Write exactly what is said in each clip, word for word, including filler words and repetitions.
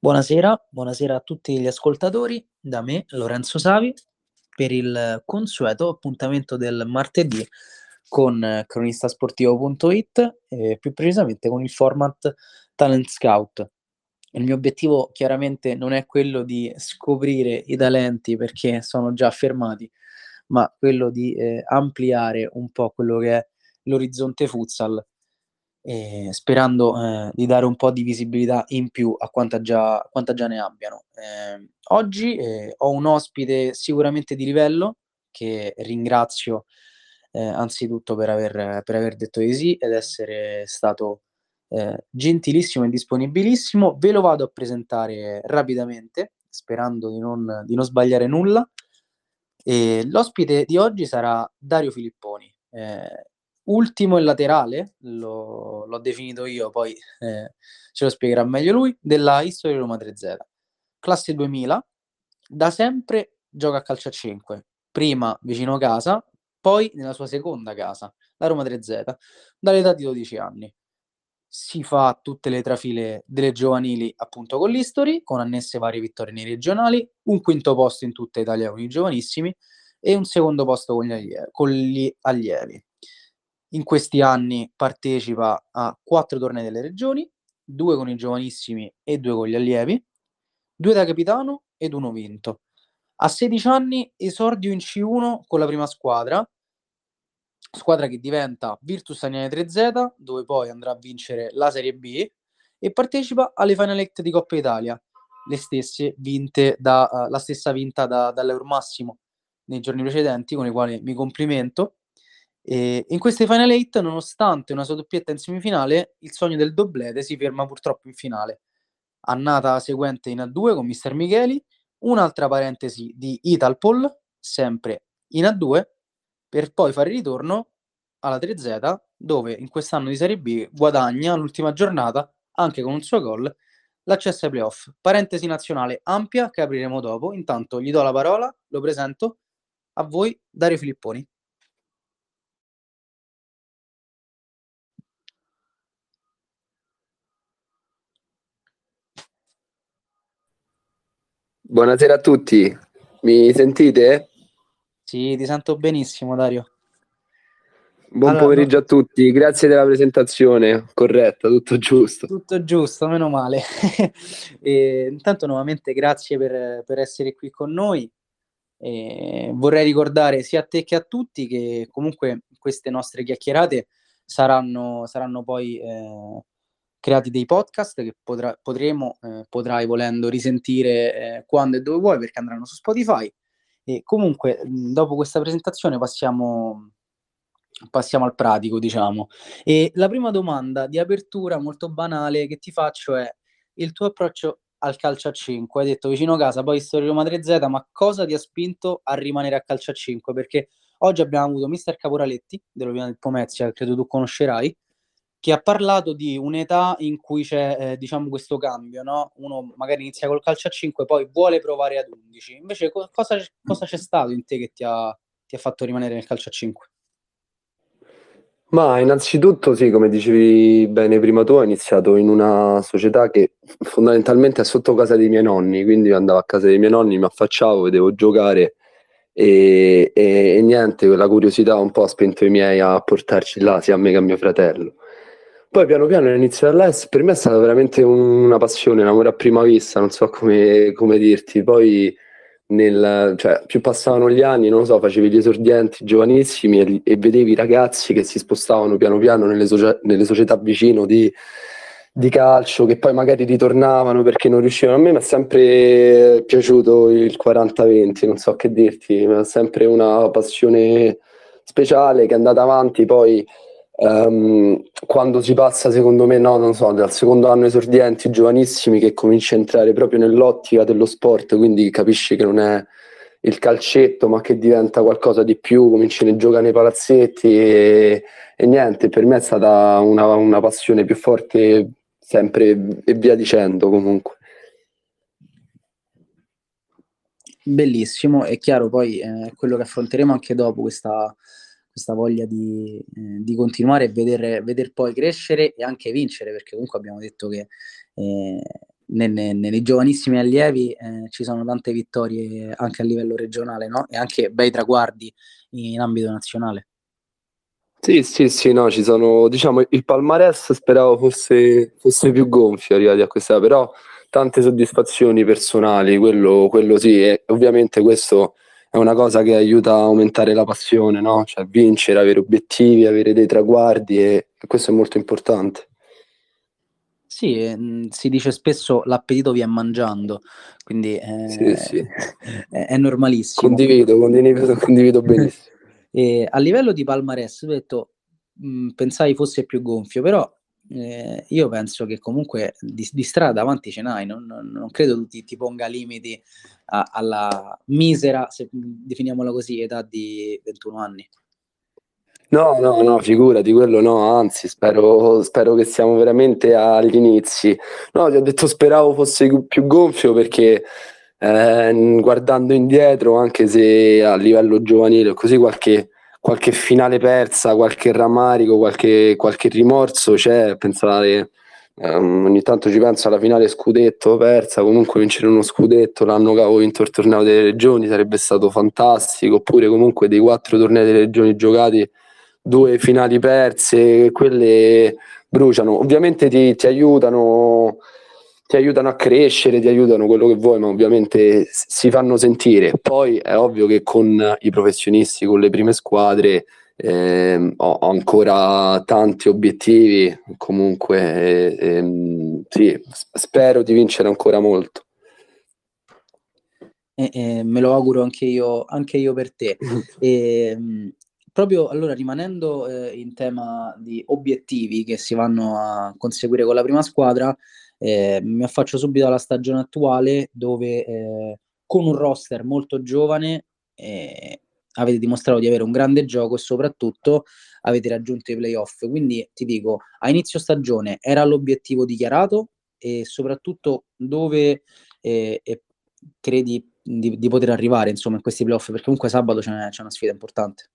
Buonasera, buonasera a tutti gli ascoltatori, da me Lorenzo Savi, per il consueto appuntamento del martedì con cronistasportivo punto it e più precisamente con il format Talent Scout. Il mio obiettivo chiaramente non è quello di scoprire i talenti perché sono già affermati, ma quello di eh, ampliare un po' quello che è l'orizzonte futsal, eh, sperando eh, di dare un po' di visibilità in più a quanta già, quanta già ne abbiano. Eh, oggi eh, ho un ospite sicuramente di livello che ringrazio eh, anzitutto per aver, per aver detto di sì ed essere stato eh, gentilissimo e disponibilissimo. Ve lo vado a presentare rapidamente, sperando di non, di non sbagliare nulla. E l'ospite di oggi sarà Dario Filipponi, eh, ultimo e laterale, lo, l'ho definito io, poi eh, ce lo spiegherà meglio lui, della History Roma tre Z. Classe duemila, da sempre gioca a calcio a cinque, prima vicino casa, poi nella sua seconda casa, la Roma tre Z, dall'età di dodici anni. Si fa tutte le trafile delle giovanili appunto con l'History, con annesse varie vittorie nei regionali, un quinto posto in tutta Italia con i giovanissimi e un secondo posto con gli, allie- con gli allievi. In questi anni partecipa a quattro tornei delle regioni, due con i giovanissimi e due con gli allievi, due da capitano ed uno vinto. A sedici anni esordio in C uno con la prima squadra, squadra che diventa Virtus Aniene tre Z, dove poi andrà a vincere la Serie B e partecipa alle Final Eight di Coppa Italia, le stesse vinte da, uh, la stessa vinta da, dall'Eur Massimo nei giorni precedenti, con i quali mi complimento. E in queste Final Eight, nonostante una sua doppietta in semifinale, il sogno del doblete si ferma purtroppo in finale. Annata seguente in A due con mister Micheli, un'altra parentesi di Italpol, sempre in A due, per poi fare ritorno alla tre Z, dove in quest'anno di Serie B guadagna l'ultima giornata, anche con un suo gol, l'accesso ai playoff. Parentesi nazionale ampia che apriremo dopo. Intanto gli do la parola, lo presento a voi, Dario Filipponi. Buonasera a tutti, mi sentite? Sì, ti sento benissimo, Dario. Buon Allora, no- pomeriggio a tutti, grazie della presentazione, corretta, tutto giusto. tutto giusto, meno male. E, intanto nuovamente grazie per, per essere qui con noi. E vorrei ricordare sia a te che a tutti che comunque queste nostre chiacchierate saranno, saranno poi eh, creati dei podcast che potrà, potremo, eh, potrai volendo risentire eh, quando e dove vuoi perché andranno su Spotify. E comunque, mh, dopo questa presentazione passiamo, passiamo al pratico, diciamo. E la prima domanda di apertura molto banale che ti faccio è il tuo approccio al calcio a cinque. Hai detto vicino casa, poi Storia Roma tre Z, ma cosa ti ha spinto a rimanere a calcio a cinque? Perché oggi abbiamo avuto mister Caporaletti, dell'Ovina del Pomezia, che credo tu conoscerai, che ha parlato di un'età in cui c'è, eh, diciamo, questo cambio, no? Uno magari inizia col calcio a cinque, poi vuole provare ad undici. Invece co- cosa, cosa c'è stato in te che ti ha, ti ha fatto rimanere nel calcio a cinque? Ma innanzitutto sì, come dicevi bene prima tu, ho iniziato in una società che fondamentalmente è sotto casa dei miei nonni, quindi io andavo a casa dei miei nonni, mi affacciavo, vedevo giocare e, e- e niente, la curiosità un po' ha spinto i miei a portarci là, sia a me che a mio fratello. Poi piano piano inizio là, e per me è stata veramente un- una passione, un amore a prima vista, non so come, come dirti. Poi nel, cioè, più passavano gli anni, non lo so, facevi gli esordienti giovanissimi e, e vedevi i ragazzi che si spostavano piano piano nelle, socia- nelle società vicino di, di calcio, che poi magari ritornavano perché non riuscivano. A me mi è sempre piaciuto il quaranta venti, non so che dirti, mi è sempre una passione speciale che è andata avanti poi. Ehm, quando si passa, secondo me, no, non so, dal secondo anno esordienti, giovanissimi, che cominci a entrare proprio nell'ottica dello sport, quindi capisci che non è il calcetto, ma che diventa qualcosa di più, cominci a giocare nei palazzetti e, e niente, per me è stata una, una passione più forte sempre e via dicendo comunque. Bellissimo, è chiaro poi eh, quello che affronteremo anche dopo questa, questa voglia di, eh, di continuare e vedere, veder poi crescere e anche vincere, perché comunque abbiamo detto che eh, nelle, nelle giovanissimi allievi eh, ci sono tante vittorie anche a livello regionale, no? E anche bei traguardi in ambito nazionale. Sì, sì, sì, no, ci sono, diciamo, il palmarès speravo fosse, fosse più gonfio arrivati a questa, però tante soddisfazioni personali, quello, quello sì, e ovviamente questo è una cosa che aiuta a aumentare la passione, no? Cioè vincere, avere obiettivi, avere dei traguardi e, e questo è molto importante. Sì, eh, mh, si dice spesso l'appetito viene mangiando, quindi Sì, eh, sì, è, è normalissimo. condivido, condivido, condivido benissimo. E a livello di palmarès, ho detto, mh, pensavi fosse più gonfio, però eh, io penso che comunque di, di strada davanti ce n'hai, non, non- non credo tu ti, ti ponga limiti a- alla misera, se definiamola così, età di ventuno anni. No, no, no, figurati, quello no, anzi, spero, spero che siamo veramente agli inizi. No, ti ho detto speravo fosse più gonfio perché eh, guardando indietro, anche se a livello giovanile, così qualche, qualche finale persa, qualche rammarico, qualche, qualche rimorso c'è, pensare, ehm, ogni tanto ci penso alla finale scudetto persa, comunque vincere uno scudetto l'anno che avevo vinto il torneo delle regioni sarebbe stato fantastico, oppure comunque dei quattro tornei delle regioni giocati due finali perse, quelle bruciano. Ovviamente ti, ti aiutano, ti aiutano a crescere, ti aiutano quello che vuoi, ma ovviamente si fanno sentire. Poi è ovvio che con i professionisti, con le prime squadre, ehm, ho, ho ancora tanti obiettivi. Comunque, ehm, sì, spero di vincere ancora molto. E, e me lo auguro anche io, anche io per te. E, mh, proprio allora, rimanendo eh, in tema di obiettivi che si vanno a conseguire con la prima squadra, eh, mi affaccio subito alla stagione attuale dove eh, con un roster molto giovane eh, avete dimostrato di avere un grande gioco e soprattutto avete raggiunto i playoff. Quindi ti dico, a inizio stagione era l'obiettivo dichiarato e soprattutto dove eh, e credi di, di poter arrivare insomma in questi playoff, perché comunque sabato c'è, c'è una sfida importante.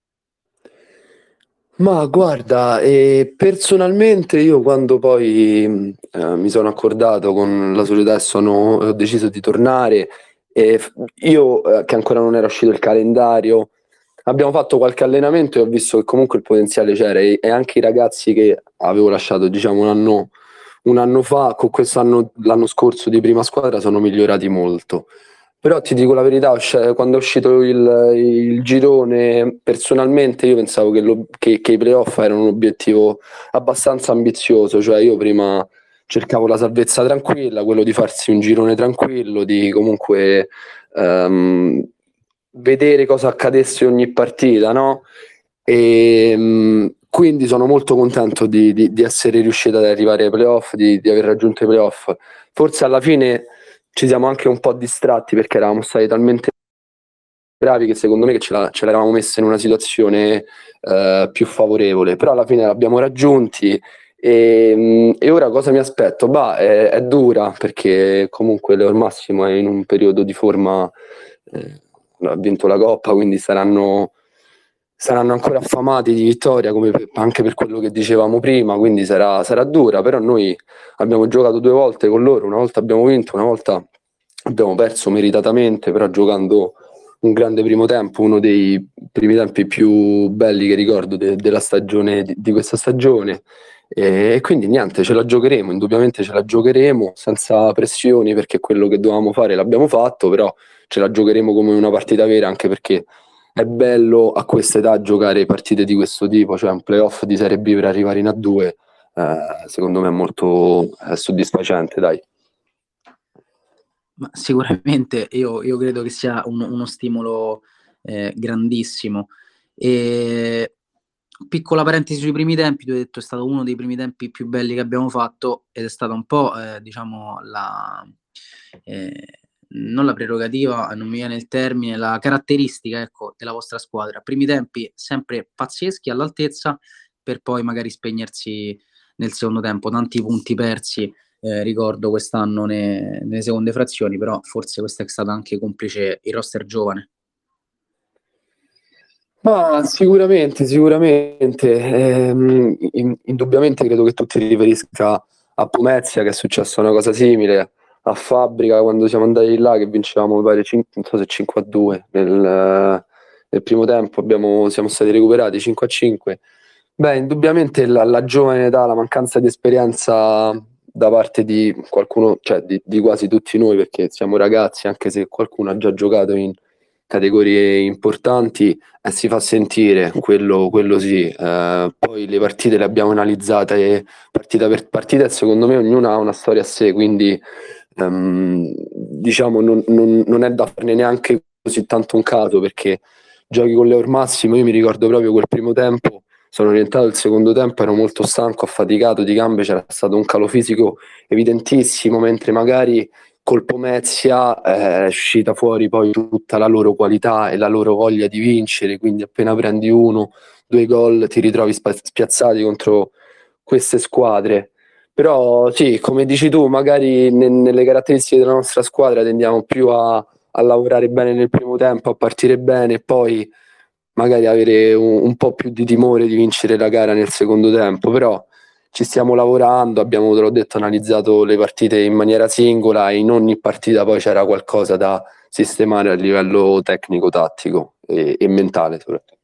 Ma guarda, eh, personalmente io quando poi mh, eh, mi sono accordato con la società e sono, ho deciso di tornare, e f- io eh, che ancora non era uscito il calendario, abbiamo fatto qualche allenamento e ho visto che comunque il potenziale c'era e, e anche i ragazzi che avevo lasciato diciamo un anno, un anno fa, con quest'anno, l'anno scorso di prima squadra sono migliorati molto. Però ti dico la verità, usci- quando è uscito il, il girone, personalmente io pensavo che, lo- che- che i playoff erano un obiettivo abbastanza ambizioso, cioè io prima cercavo la salvezza tranquilla, quello di farsi un girone tranquillo, di comunque ehm, vedere cosa accadesse ogni partita, no? E, mh, quindi sono molto contento di, di- di essere riuscito ad arrivare ai playoff, di, di aver raggiunto i playoff. Forse alla fine ci siamo anche un po' distratti perché eravamo stati talmente bravi che secondo me che ce, la- ce l'eravamo messa in una situazione eh, più favorevole, però alla fine l'abbiamo raggiunti e, mh, e ora cosa mi aspetto? Bah, è, è dura perché comunque Leo Massimo è in un periodo di forma, eh, ha vinto la Coppa, quindi saranno, saranno ancora affamati di vittoria come per- anche per quello che dicevamo prima, quindi sarà, sarà dura, però noi abbiamo giocato due volte con loro, una volta abbiamo vinto, una volta abbiamo perso meritatamente, però giocando un grande primo tempo, uno dei primi tempi più belli che ricordo de- della stagione, di, di questa stagione. E, e quindi niente, ce la giocheremo, indubbiamente ce la giocheremo senza pressioni perché quello che dovevamo fare l'abbiamo fatto, però ce la giocheremo come una partita vera anche perché è bello a questa età giocare partite di questo tipo, cioè un playoff di Serie B per arrivare in A due, eh, secondo me è molto eh, soddisfacente, dai. Ma sicuramente io, io credo che sia un- uno stimolo eh, grandissimo. E piccola parentesi sui primi tempi, tu hai detto è stato uno dei primi tempi più belli che abbiamo fatto ed è stata un po', eh, diciamo, la, eh, non la prerogativa, non mi viene il termine, la caratteristica, ecco, della vostra squadra. Primi tempi sempre pazzeschi, all'altezza, per poi magari spegnersi nel secondo tempo, tanti punti persi eh, ricordo quest'anno ne- nelle seconde frazioni, però forse questa è stata anche complice il roster giovane. Ma sicuramente, sicuramente, ehm, in- indubbiamente credo che tu ti riferisca a Pomezia che è successa una cosa simile, a Fabbrica quando siamo andati là che vincevamo mi pare cinque, non so se cinque a due nel, nel primo tempo, abbiamo, siamo stati recuperati cinque a cinque. Beh, indubbiamente la, la giovane età, la mancanza di esperienza da parte di qualcuno, cioè di, di quasi tutti noi, perché siamo ragazzi, anche se qualcuno ha già giocato in categorie importanti, eh, si fa sentire, quello, quello sì. Eh, poi le partite le abbiamo analizzate partita per partita e secondo me ognuna ha una storia a sé, quindi ehm, diciamo non, non, non è da farne neanche così tanto un caso, perché giochi con l'Eur Massimo, io mi ricordo proprio quel primo tempo, sono rientrato il secondo tempo, ero molto stanco, affaticato di gambe, c'era stato un calo fisico evidentissimo, mentre magari col Pomezia eh, è uscita fuori poi tutta la loro qualità e la loro voglia di vincere, quindi appena prendi uno, due gol ti ritrovi spa- spiazzati contro queste squadre. Però sì, come dici tu, magari ne- nelle caratteristiche della nostra squadra tendiamo più a, a lavorare bene nel primo tempo, a partire bene e poi magari avere un, un po' più di timore di vincere la gara nel secondo tempo, però ci stiamo lavorando, abbiamo, te l'ho detto, analizzato le partite in maniera singola e in ogni partita poi c'era qualcosa da sistemare a livello tecnico-tattico e, e mentale soprattutto.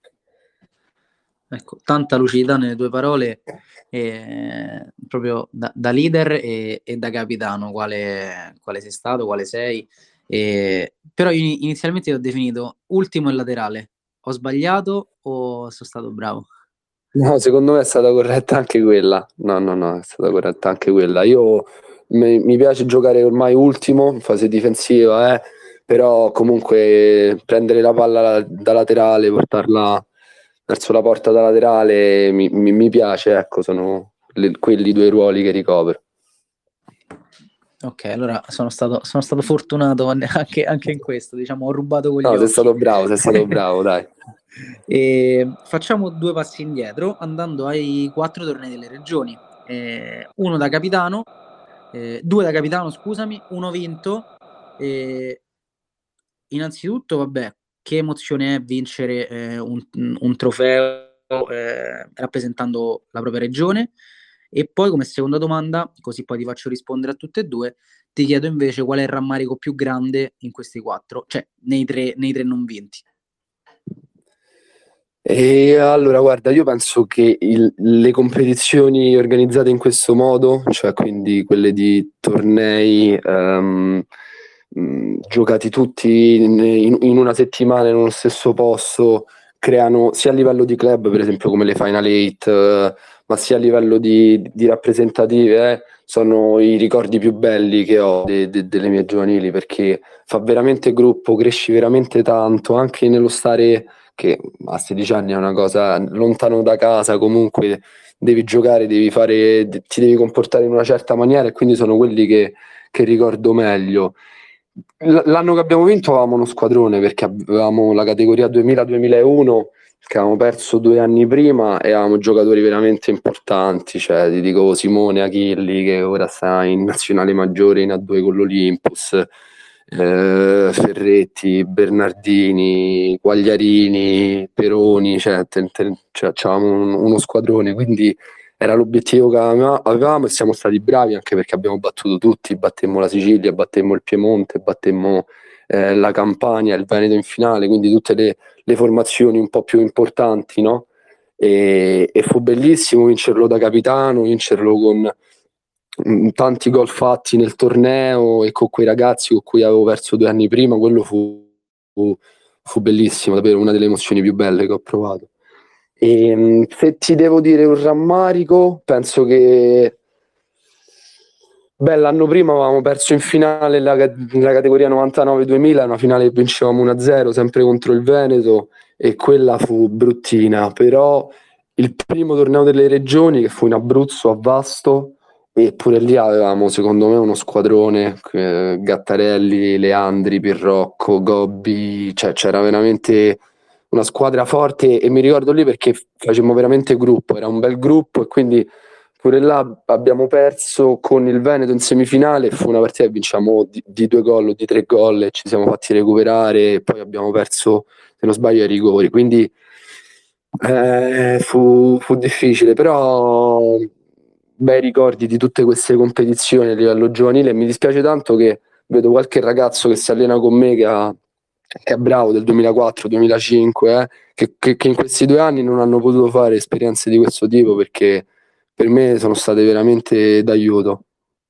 Ecco, tanta lucidità nelle tue parole, eh, proprio da, da leader e, e da capitano, quale, quale sei stato, quale sei. Eh, però io inizialmente ti ho definito ultimo e laterale. Ho sbagliato o sono stato bravo? No, secondo me è stata corretta anche quella. No, no, no, è stata corretta anche quella. Io mi, mi piace giocare ormai ultimo in fase difensiva, eh, però comunque prendere la palla da laterale, portarla verso la porta da laterale mi, mi- mi piace, ecco, sono le- quelli due ruoli che ricopro. Ok, allora sono stato, sono stato fortunato anche, anche in questo, diciamo, ho rubato con gli No, sei occhi. stato bravo, sei stato bravo, dai. E facciamo due passi indietro andando ai quattro tornei delle regioni. Eh, uno da capitano, eh, due da capitano, scusami, uno vinto. Eh, innanzitutto, vabbè, che emozione è vincere eh, un, un trofeo eh, rappresentando la propria regione? E poi, come seconda domanda, così poi ti faccio rispondere a tutte e due, ti chiedo invece qual è il rammarico più grande in questi quattro, cioè nei tre, nei tre non vinti. E allora, guarda, io penso che il- le competizioni organizzate in questo modo, cioè quindi quelle di tornei ehm, mh, giocati tutti in, in- in una settimana in uno stesso posto, creano sia a livello di club, per esempio come le Final Eight, eh, ma sia a livello di, di rappresentative, eh, sono i ricordi più belli che ho de- de- delle mie giovanili, perché fa veramente gruppo, cresci veramente tanto, anche nello stare che a sedici anni è una cosa lontano da casa, comunque devi giocare, devi fare, ti devi comportare in una certa maniera e quindi sono quelli che, che ricordo meglio. L- L'anno che abbiamo vinto avevamo uno squadrone perché avevamo la categoria duemila-duemilauno che avevamo perso due anni prima e avevamo giocatori veramente importanti, cioè ti dico Simone Achilli che ora sta in nazionale maggiore in A due con l'Olympus, eh, Ferretti, Bernardini, Quagliarini, Peroni, cioè, te- te- cioè, c'avevamo un- uno squadrone, quindi era l'obiettivo che aveva- avevamo e siamo stati bravi anche perché abbiamo battuto tutti, battemmo la Sicilia, battemmo il Piemonte, battemmo eh, la Campania, il Veneto in finale, quindi tutte le, le formazioni un po' più importanti, no? E, e fu bellissimo vincerlo da capitano, vincerlo con mh, tanti gol fatti nel torneo e con quei ragazzi con cui avevo perso due anni prima, quello fu, fu, fu bellissimo, davvero una delle emozioni più belle che ho provato. E, mh, se ti devo dire un rammarico, penso che beh, l'anno prima avevamo perso in finale la, la categoria novantanove duemila, una finale che vincevamo uno a zero, sempre contro il Veneto, e quella fu bruttina, però il primo torneo delle regioni, che fu in Abruzzo, a Vasto, e pure lì avevamo, secondo me, uno squadrone, eh, Gattarelli, Leandri, Pirrocco, Gobbi, cioè c'era veramente una squadra forte e mi ricordo lì perché facevamo veramente gruppo, era un bel gruppo e quindi pure là abbiamo perso con il Veneto in semifinale, fu una partita che vinciamo di, di due gol o di tre gol e ci siamo fatti recuperare e poi abbiamo perso, se non sbaglio, ai rigori, quindi eh, fu, fu difficile, però bei ricordi di tutte queste competizioni a livello giovanile, e mi dispiace tanto che vedo qualche ragazzo che si allena con me che, ha, che è bravo, del duemilaquattro duemilacinque, eh, che, che, che in questi due anni non hanno potuto fare esperienze di questo tipo, perché per me sono state veramente d'aiuto.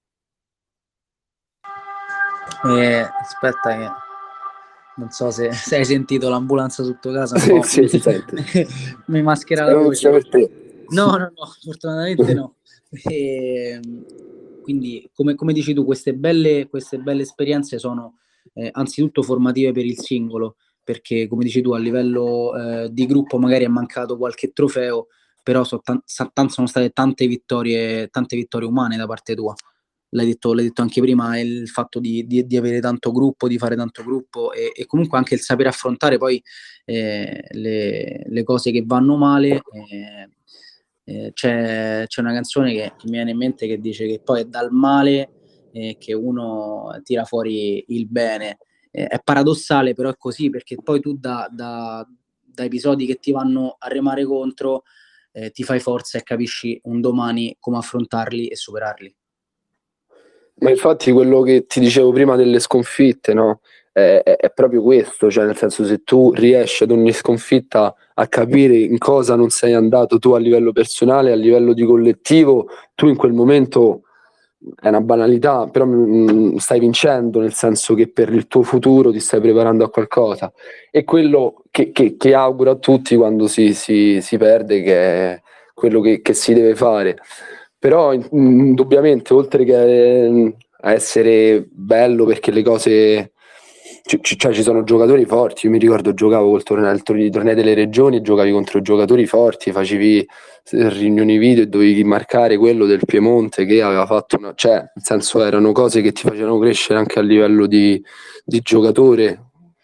Eh, aspetta che non so se, se hai sentito l'ambulanza sotto casa, un Sì, po' sì, si sente. mi maschera la Spero non sia voce. per te. No, no, no, fortunatamente no. E, quindi, come, come dici tu, queste belle, queste belle esperienze sono eh, anzitutto formative per il singolo, perché come dici tu, a livello eh, di gruppo magari è mancato qualche trofeo, però so, tan- sa- tan- sono state tante vittorie, tante vittorie umane da parte tua. L'hai detto, l'hai detto anche prima, è il fatto di, di, di avere tanto gruppo, di fare tanto gruppo e, e comunque anche il sapere affrontare poi eh, le, le cose che vanno male. Eh, eh, c'è, c'è una canzone che mi viene in mente che dice che poi è dal male eh, che uno tira fuori il bene. Eh, è paradossale, però è così, perché poi tu da, da, da episodi che ti vanno a remare contro eh, ti fai forza e capisci un domani come affrontarli e superarli. Ma infatti quello che ti dicevo prima delle sconfitte, no? È, è- è proprio questo, cioè nel senso, se tu riesci ad ogni sconfitta a capire in cosa non sei andato tu a livello personale, a livello di collettivo, tu in quel momento è una banalità, però mm, stai vincendo, nel senso che per il tuo futuro ti stai preparando a qualcosa. E quello che, che- che auguro a tutti quando si, si- si perde, che è quello che, che si deve fare. Però in- indubbiamente, oltre che eh, a essere bello perché le cose, ci- ci- cioè ci sono giocatori forti. Io mi ricordo giocavo col torneo, il tor- i tornei delle regioni e giocavi contro giocatori forti, facevi eh, riunioni video e dovevi marcare quello del Piemonte che aveva fatto una, cioè nel senso erano cose che ti facevano crescere anche a livello di, di giocatore.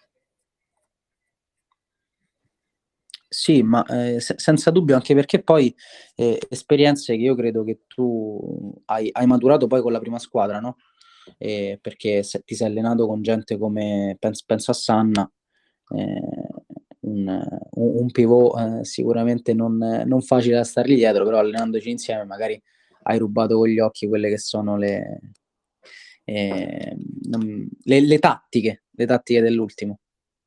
Sì, ma eh, se- senza dubbio, anche perché poi eh, esperienze che io credo che tu hai, hai maturato poi con la prima squadra, no? Eh, perché se ti sei allenato con gente come, penso, penso a Sanna, eh, un, un, un pivot eh, sicuramente non, non facile da stargli dietro, però allenandoci insieme magari hai rubato con gli occhi quelle che sono le, eh, non- le, le tattiche, le tattiche dell'ultimo.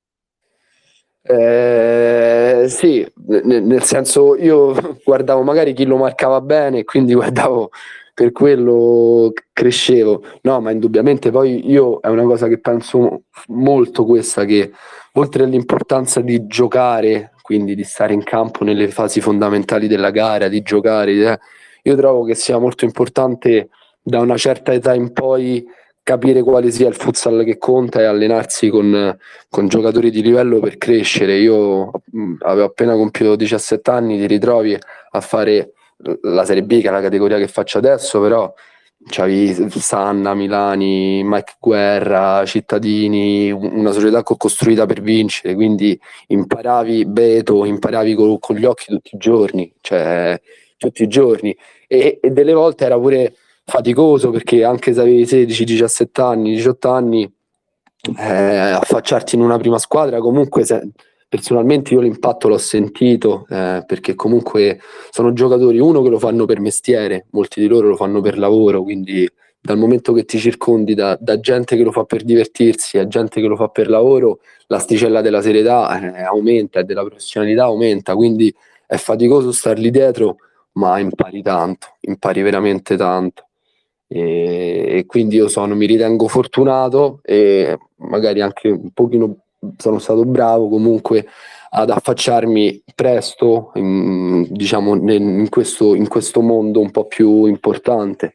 Eh, sì, nel, nel senso io guardavo magari chi lo marcava bene e quindi guardavo per quello crescevo. No, ma indubbiamente poi io è una cosa che penso molto questa, che oltre all'importanza di giocare, quindi di stare in campo nelle fasi fondamentali della gara, di giocare, eh, io trovo che sia molto importante da una certa età in poi capire quale sia il futsal che conta e allenarsi con con giocatori di livello per crescere. Io mh, avevo appena compiuto diciassette anni, ti ritrovi a fare la Serie B, che è la categoria che faccio adesso, però c'avevi Sanna, Milani, Mike Guerra, Cittadini, una società co- costruita per vincere, quindi imparavi Beto, imparavi co- con gli occhi tutti i giorni, cioè tutti i giorni, e, e delle volte era pure faticoso perché anche se avevi sedici, diciassette anni, diciotto anni, eh, affacciarti in una prima squadra, comunque se, personalmente io l'impatto l'ho sentito, eh, perché comunque sono giocatori, uno, che lo fanno per mestiere, molti di loro lo fanno per lavoro, quindi dal momento che ti circondi da, da gente che lo fa per divertirsi a gente che lo fa per lavoro, l'asticella della serietà eh, aumenta e della professionalità aumenta, quindi è faticoso starli dietro, ma impari tanto, impari veramente tanto. E, e quindi io sono, mi ritengo fortunato e magari anche un pochino sono stato bravo comunque ad affacciarmi presto in, diciamo nel- in questo, in questo mondo un po' più importante.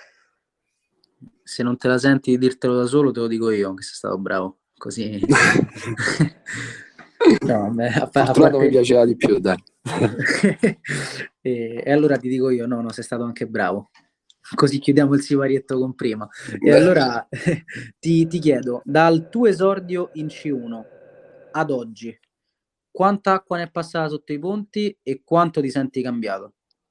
Se non te la senti di dirtelo da solo, te lo dico io che sei stato bravo. Così. No, vabbè, a, pa- a Fortunato mi parte. piaceva di più, dai. e, e allora ti dico io, no, no, sei stato anche bravo. Così chiudiamo il siparietto con prima. E allora ti, ti chiedo, dal tuo esordio in C uno ad oggi, quanta acqua ne è passata sotto i ponti e quanto ti senti cambiato?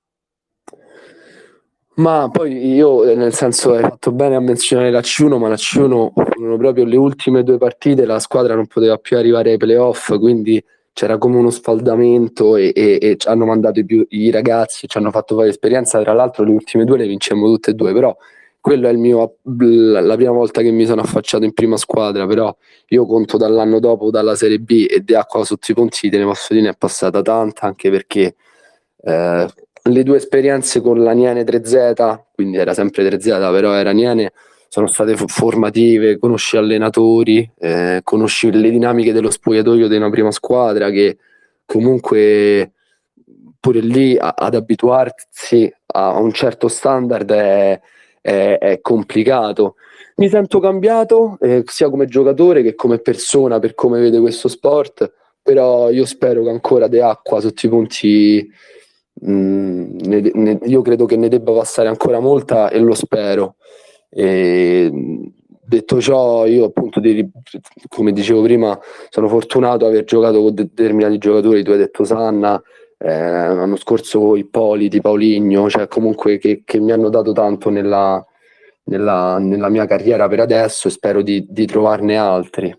Ma poi io, eh, nel senso, hai fatto bene a menzionare la C uno, ma la C uno furono proprio le ultime due partite, la squadra non poteva più arrivare ai playoff, quindi c'era come uno sfaldamento e, e, e ci hanno mandato i, più, i ragazzi, ci hanno fatto fare l'esperienza. Tra l'altro le ultime due le vincemmo tutte e due, però quello è il mio, la prima volta che mi sono affacciato in prima squadra. Però io conto dall'anno dopo, dalla Serie B, e di acqua sotto i ponti, te ne posso dire, ne è passata tanta, anche perché eh, le due esperienze con la Niene tre Z, quindi era sempre tre Z, però era Niene, sono state formative, conosci allenatori, eh, conosci le dinamiche dello spogliatoio di una prima squadra, che comunque pure lì a, ad abituarsi a un certo standard è, è, è complicato. Mi sento cambiato, eh, sia come giocatore che come persona, per come vede questo sport, però io spero che ancora De Acqua sotto i punti, mh, ne, ne, io credo che ne debba passare ancora molta, e lo spero. E, detto ciò, io appunto, di, come dicevo prima, sono fortunato ad aver giocato con determinati giocatori. Tu hai detto Sanna, eh, l'anno scorso Ippoliti, Paulinho, cioè comunque che, che mi hanno dato tanto nella, nella, nella mia carriera per adesso, e spero di, di trovarne altri.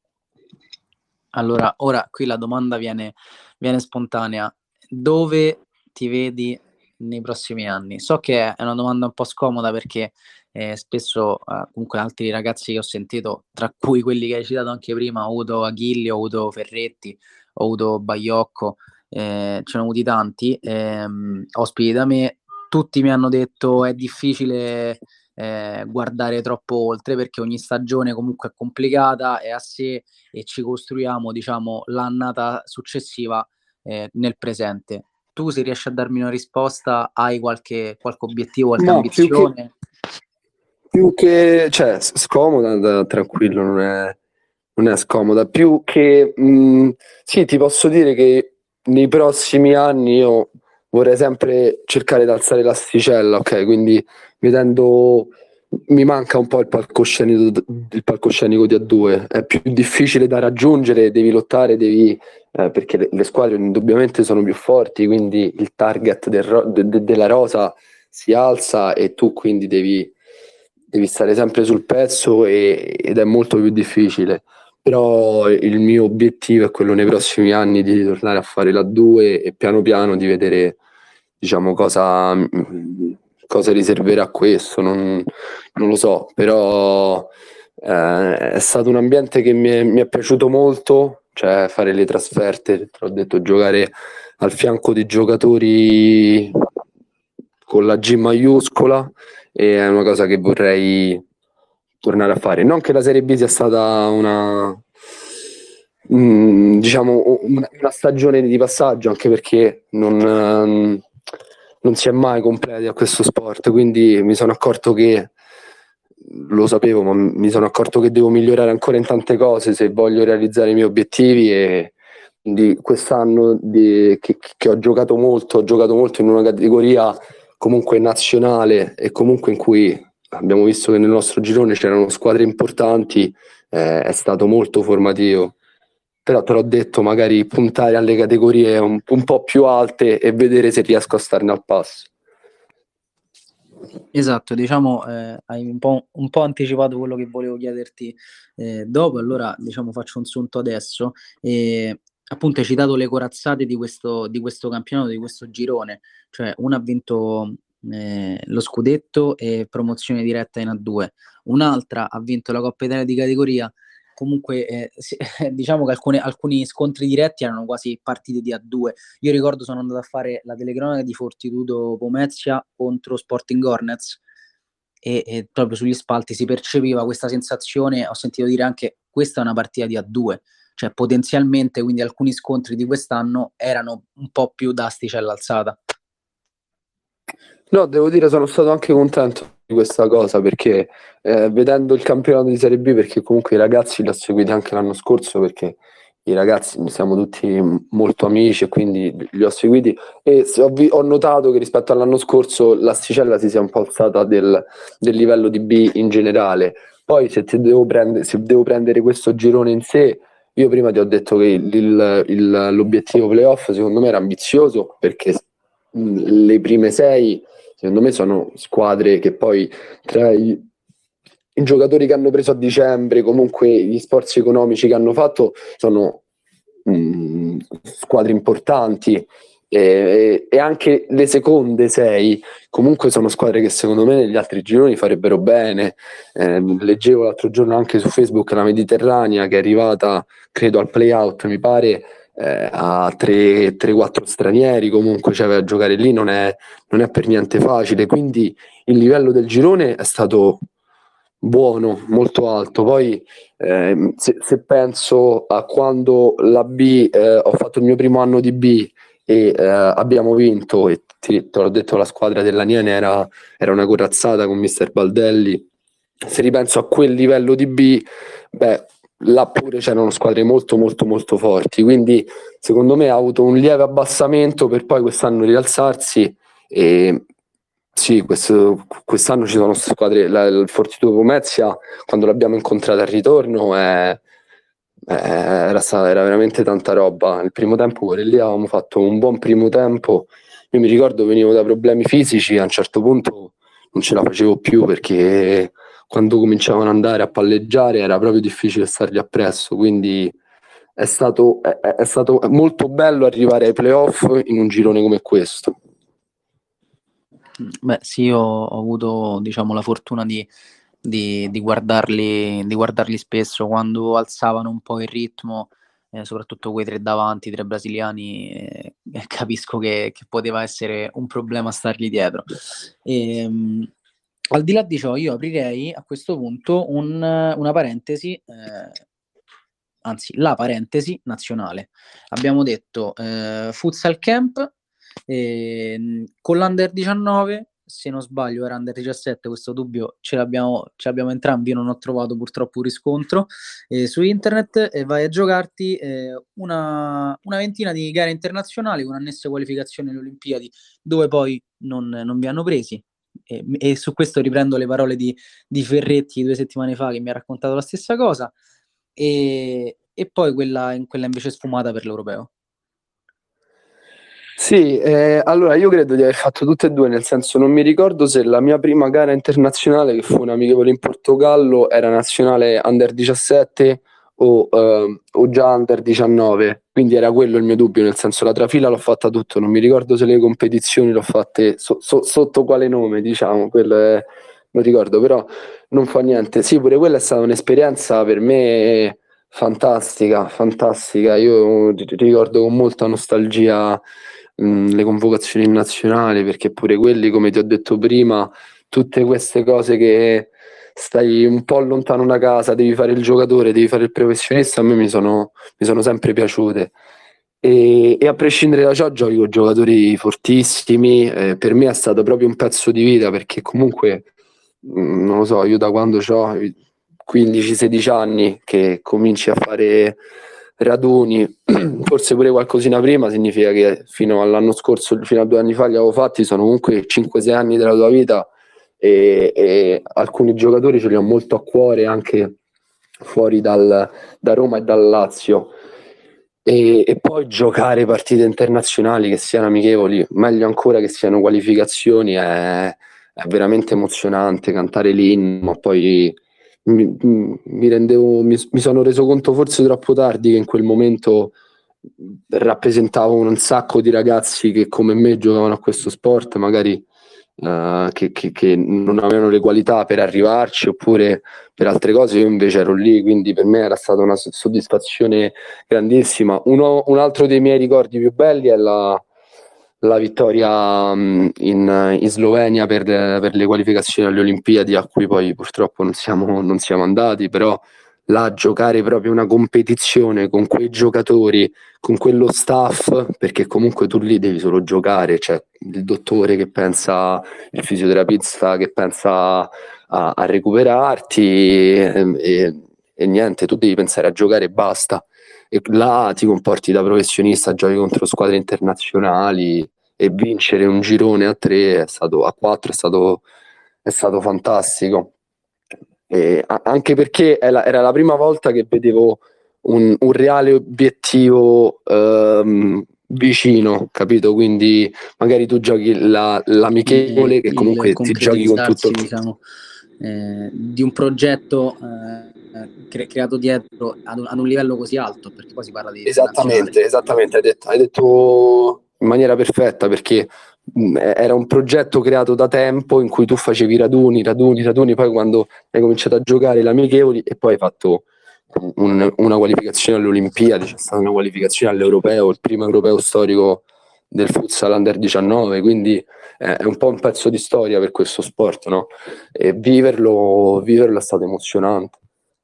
Allora, ora qui la domanda viene, viene spontanea. Dove ti vedi nei prossimi anni? So che è una domanda un po' scomoda, perché eh, spesso eh, comunque altri ragazzi che ho sentito, tra cui quelli che hai citato anche prima, ho avuto Achilli, ho avuto Ferretti, ho avuto Baiocco, eh, ce ne ho avuti tanti, ehm, ospiti da me, tutti mi hanno detto è difficile eh, guardare troppo oltre, perché ogni stagione comunque è complicata, è a sé, e ci costruiamo, diciamo, l'annata successiva eh, nel presente. Tu, se riesci a darmi una risposta, hai qualche, qualche obiettivo, qualche Ma più che, ambizione? più che cioè, scomoda, da, tranquillo, non è, non è scomoda. Più che mh, sì, ti posso dire che nei prossimi anni io vorrei sempre cercare di alzare l'asticella, ok? Quindi vedendo, mi manca un po' il palcoscenico, il palcoscenico di A due, è più difficile da raggiungere, devi lottare, devi, eh, perché le, le squadre indubbiamente sono più forti, quindi il target del, de, de, della rosa si alza, e tu quindi devi, devi stare sempre sul pezzo, e, ed è molto più difficile. Però il mio obiettivo è quello nei prossimi anni di tornare a fare l'A due, e piano piano di vedere, diciamo, cosa, cosa riserverà questo, non, non lo so, però eh, è stato un ambiente che mi è, mi è piaciuto molto, cioè fare le trasferte, te l'ho detto, giocare al fianco di giocatori con la G maiuscola, e è una cosa che vorrei tornare a fare. Non che la Serie B sia stata una, mh, diciamo, una, una stagione di passaggio, anche perché non, um, non si è mai completi a questo sport, quindi mi sono accorto che, lo sapevo, ma mi sono accorto che devo migliorare ancora in tante cose se voglio realizzare i miei obiettivi. E quindi quest'anno di, che, che ho giocato molto, ho giocato molto in una categoria comunque nazionale, e comunque in cui abbiamo visto che nel nostro girone c'erano squadre importanti, eh, è stato molto formativo. Però te l'ho detto, magari puntare alle categorie un, un po' più alte e vedere se riesco a starne al passo. Esatto, diciamo, eh, hai un po', un po' anticipato quello che volevo chiederti eh, dopo, allora diciamo faccio un sunto adesso. E, appunto, hai citato le corazzate di questo, di questo campionato, di questo girone, cioè una ha vinto eh, lo scudetto e promozione diretta in A due, un'altra ha vinto la Coppa Italia di categoria. Comunque eh, sì, diciamo che alcune, alcuni scontri diretti erano quasi partite di A due. Io ricordo, sono andato a fare la telecronaca di Fortitudo Pomezia contro Sporting Hornets, e, e proprio sugli spalti si percepiva questa sensazione. Ho sentito dire anche questa è una partita di A due, cioè potenzialmente, quindi alcuni scontri di quest'anno erano un po' più da asticella alzata. No, devo dire, sono stato anche contento di questa cosa, perché eh, vedendo il campionato di Serie B, perché comunque i ragazzi li ho seguiti anche l'anno scorso, perché i ragazzi siamo tutti molto amici, e quindi li ho seguiti, e ho, vi- ho notato che rispetto all'anno scorso l'asticella si sia un po' alzata del, del livello di B in generale. Poi se, ti devo prendere, se devo prendere questo girone in sé, io prima ti ho detto che il- il- il- l'obiettivo playoff secondo me era ambizioso, perché mh, le prime sei secondo me sono squadre che poi, tra i, i giocatori che hanno preso a dicembre, comunque gli sforzi economici che hanno fatto, sono mh, squadre importanti. E, e anche le seconde sei comunque sono squadre che secondo me negli altri gironi farebbero bene. Eh, leggevo l'altro giorno anche su Facebook la Mediterranea che è arrivata credo al play-out mi pare eh, a tre quattro stranieri, comunque cioè, a giocare lì non è, non è per niente facile, quindi il livello del girone è stato buono, molto alto. Poi eh, se, se penso a quando la B eh, ho fatto il mio primo anno di B e eh, abbiamo vinto, e ti, te l'ho detto, la squadra dell'Aniene era, era una corazzata con mister Baldelli. Se ripenso a quel livello di B, beh, là pure c'erano squadre molto molto molto forti, quindi secondo me ha avuto un lieve abbassamento per poi quest'anno rialzarsi. E sì, questo, quest'anno ci sono squadre, la, il Fortitudo Pomezia quando l'abbiamo incontrata al ritorno è eh, era, stata, era veramente tanta roba. Il primo tempo pure lì avevamo fatto un buon primo tempo. Io mi ricordo venivo da problemi fisici, a un certo punto non ce la facevo più perché quando cominciavano ad andare a palleggiare era proprio difficile stargli appresso. Quindi è stato, è, è stato molto bello arrivare ai playoff in un girone come questo. Beh, sì, io ho avuto, diciamo, la fortuna di, di, di guardarli, di guardarli spesso quando alzavano un po' il ritmo, eh, soprattutto quei tre davanti, tre brasiliani, eh, capisco che, che poteva essere un problema stargli dietro. E, um, al di là di ciò, io aprirei a questo punto un, una parentesi, eh, anzi, la parentesi nazionale. Abbiamo detto eh, Futsal Camp. E, con l'Under diciannove, se non sbaglio era Under diciassette, questo dubbio ce l'abbiamo, ce l'abbiamo entrambi, io non ho trovato purtroppo un riscontro eh, su internet, e vai a giocarti eh, una, una ventina di gare internazionali con annesse qualificazioni alle Olimpiadi, dove poi non, non vi hanno presi. E, e su questo riprendo le parole di, di Ferretti due settimane fa, che mi ha raccontato la stessa cosa, e, e poi quella, quella invece sfumata per l'Europeo. Sì, eh, allora io credo di aver fatto tutte e due, nel senso non mi ricordo se la mia prima gara internazionale, che fu un amichevole in Portogallo, era nazionale under diciassette o, eh, o già under diciannove, quindi era quello il mio dubbio, nel senso la trafila l'ho fatta tutto, non mi ricordo se le competizioni l'ho fatte so, so, sotto quale nome, diciamo, quello è, non ricordo, però non fa niente. Sì, pure quella è stata un'esperienza per me fantastica, fantastica, io ricordo con molta nostalgia le convocazioni nazionali, perché pure quelli, come ti ho detto prima, tutte queste cose che stai un po' lontano da casa, devi fare il giocatore, devi fare il professionista, a me mi sono, mi sono sempre piaciute. E, e a prescindere da ciò giochi con giocatori fortissimi, eh, per me è stato proprio un pezzo di vita, perché comunque mh, non lo so, io da quando ho quindici sedici anni che cominci a fare raduni, forse pure qualcosina prima, significa che fino all'anno scorso, fino a due anni fa li avevo fatti, sono comunque cinque sei anni della tua vita, e, e alcuni giocatori ce li ho molto a cuore anche fuori dal, da Roma e dal Lazio. E, e poi giocare partite internazionali che siano amichevoli, meglio ancora che siano qualificazioni, è, è veramente emozionante cantare l'inno. Ma poi mi, mi rendevo mi, mi sono reso conto forse troppo tardi che in quel momento rappresentavo un sacco di ragazzi che come me giocavano a questo sport, magari uh, che, che, che non avevano le qualità per arrivarci, oppure per altre cose. Io invece ero lì, quindi per me era stata una soddisfazione grandissima. Uno, un altro dei miei ricordi più belli è la, la vittoria um, in, in Slovenia per, per le qualificazioni alle Olimpiadi, a cui poi purtroppo non siamo, non siamo andati, però là giocare proprio una competizione con quei giocatori, con quello staff, perché comunque tu lì devi solo giocare, c'è il dottore che pensa, il fisioterapista che pensa a, a recuperarti, e, e, e niente, tu devi pensare a giocare e basta. E là ti comporti da professionista, giochi contro squadre internazionali, e vincere un girone a tre è stato, a quattro è stato, è stato fantastico. E anche perché era la prima volta che vedevo un, un reale obiettivo ehm, vicino, capito? Quindi magari tu giochi la, l'amichevole, che comunque ti giochi con tutto, diciamo, eh, di un progetto eh, eh, cre- creato dietro ad un, ad un livello così alto, perché poi si parla di, di nazionale. Esattamente, esattamente, hai detto, hai detto in maniera perfetta, perché mh, era un progetto creato da tempo in cui tu facevi raduni, raduni, raduni, poi quando hai cominciato a giocare le amichevoli e poi hai fatto un- una qualificazione alle Olimpiadi, c'è stata una qualificazione all'Europeo, il primo europeo storico del futsal under diciannove, quindi eh, è un po' un pezzo di storia per questo sport, no? E viverlo, viverlo è stato emozionante.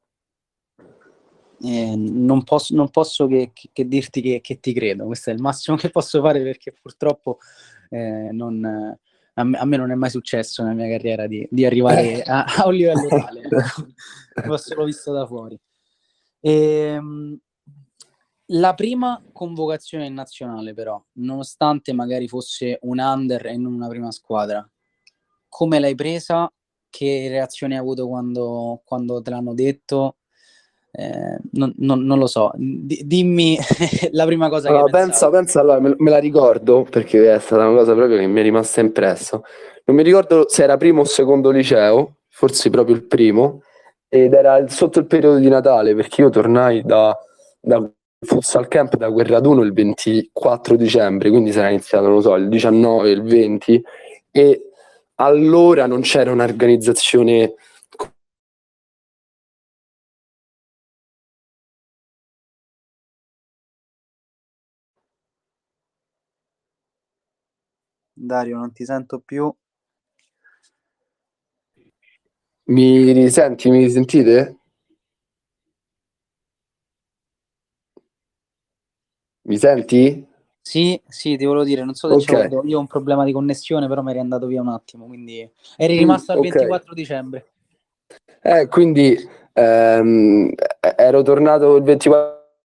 Eh, non posso, non posso che, che- che dirti che, che ti credo, questo è il massimo che posso fare, perché purtroppo eh, non, a, me, a me non è mai successo nella mia carriera di, di arrivare a, a un livello tale, ecco. L'ho solo visto da fuori. Ehm, la prima convocazione in nazionale, però, nonostante magari fosse un under e non una prima squadra, come l'hai presa? Che reazioni hai avuto quando, quando te l'hanno detto? Eh, non, non- non lo so. D- dimmi la prima cosa che hai Allora, pensa, pensato. pensa, allora, me, me la ricordo perché è stata una cosa proprio che mi è rimasta impresso. Non mi ricordo se era primo o secondo liceo, forse proprio il primo, ed era il- sotto il periodo di Natale, perché io tornai da, da futsal camp, da quel raduno il ventiquattro dicembre, quindi sarà iniziato, non lo so, il diciannove, il venti, e allora non c'era un'organizzazione. Dario, non ti sento più. Mi risenti, mi sentite? Mi senti? Sì, sì, ti volevo dire, non so se c'ho Ok. avuto io un problema di connessione, però mi eri andato via un attimo, quindi eri Mm, rimasto al ok. ventiquattro dicembre. Eh, quindi ehm, ero tornato il ventiquattro.